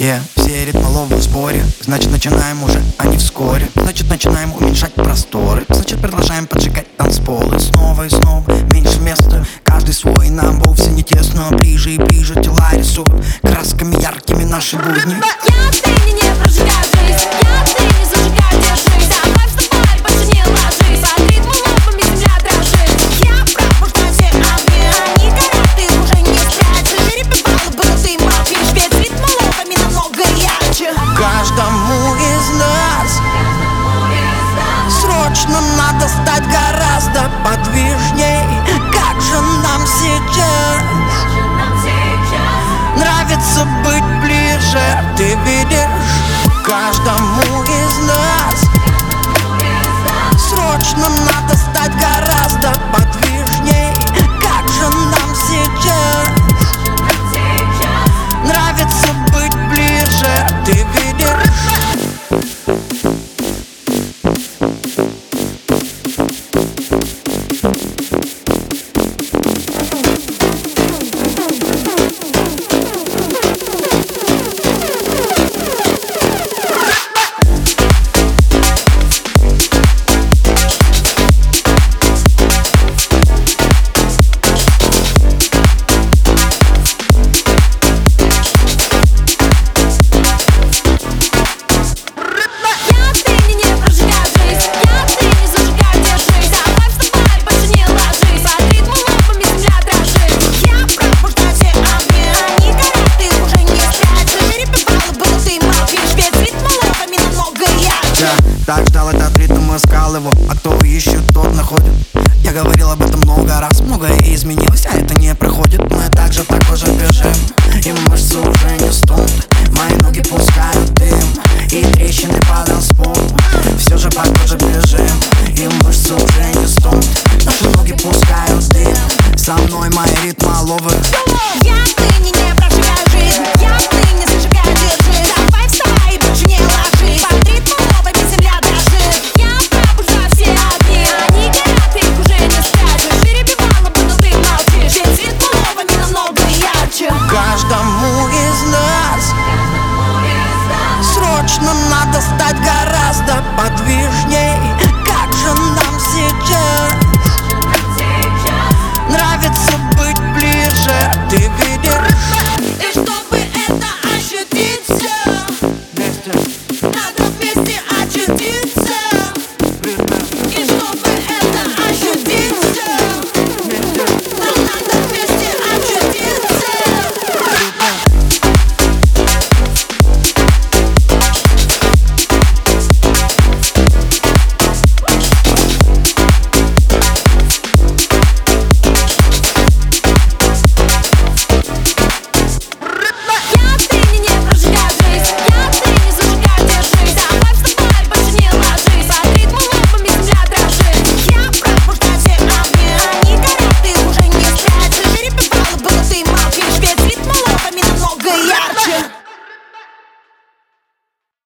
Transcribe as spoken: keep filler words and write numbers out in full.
Yeah. Все ритмоловы в сборе, значит начинаем уже, а не вскоре. Значит начинаем уменьшать просторы, значит продолжаем поджигать танцполы. Снова и снова меньше места, каждый свой, нам вовсе не тесно. Ближе и ближе тела рисуют красками яркими наши будни. Я ты не, не прожигай жизнь, я ты не зажигай, держись. Давай вставай, больше не ложись, под ритмом лопами земля дрожит. Я пробуждаю все огни, они горят, ты уже не спрячешь. Перепевала бы, но ты молчишь, ведь ритм лопами намного ярче. Каждому из нас срочно надо стать гораздо подвижней. Как же нам сейчас нравится быть ближе, ты видишь? Каждому из нас срочно надо стать гораздо подвижней. Как же нам сейчас нравится быть ближе, ты видишь? Так ждал этот ритм, искал его, а кто ищет, тот находит. Я говорил об этом много раз, многое изменилось, а это не проходит. Мы также такой же бежим, и мышцы уже не стонут. Мои ноги пускают дым, и трещины по танцполу. Все же по коже бежим, и мышцы уже не стонут. Наши ноги пускают дым, со мной мои ритмоловы. Я ты не, не прожигай жизнь, я ты не зажигай, держись. Давай вставай, больше не ложись, под ритмом лопами земля дрожит. Я пробуждаю все огни, они горят, их уже не спрячешь. Перепевала бы, но ты молчишь, ведь ритм лопами намного ярче. Каждому из нас срочно надо стать гораздо подвижнее.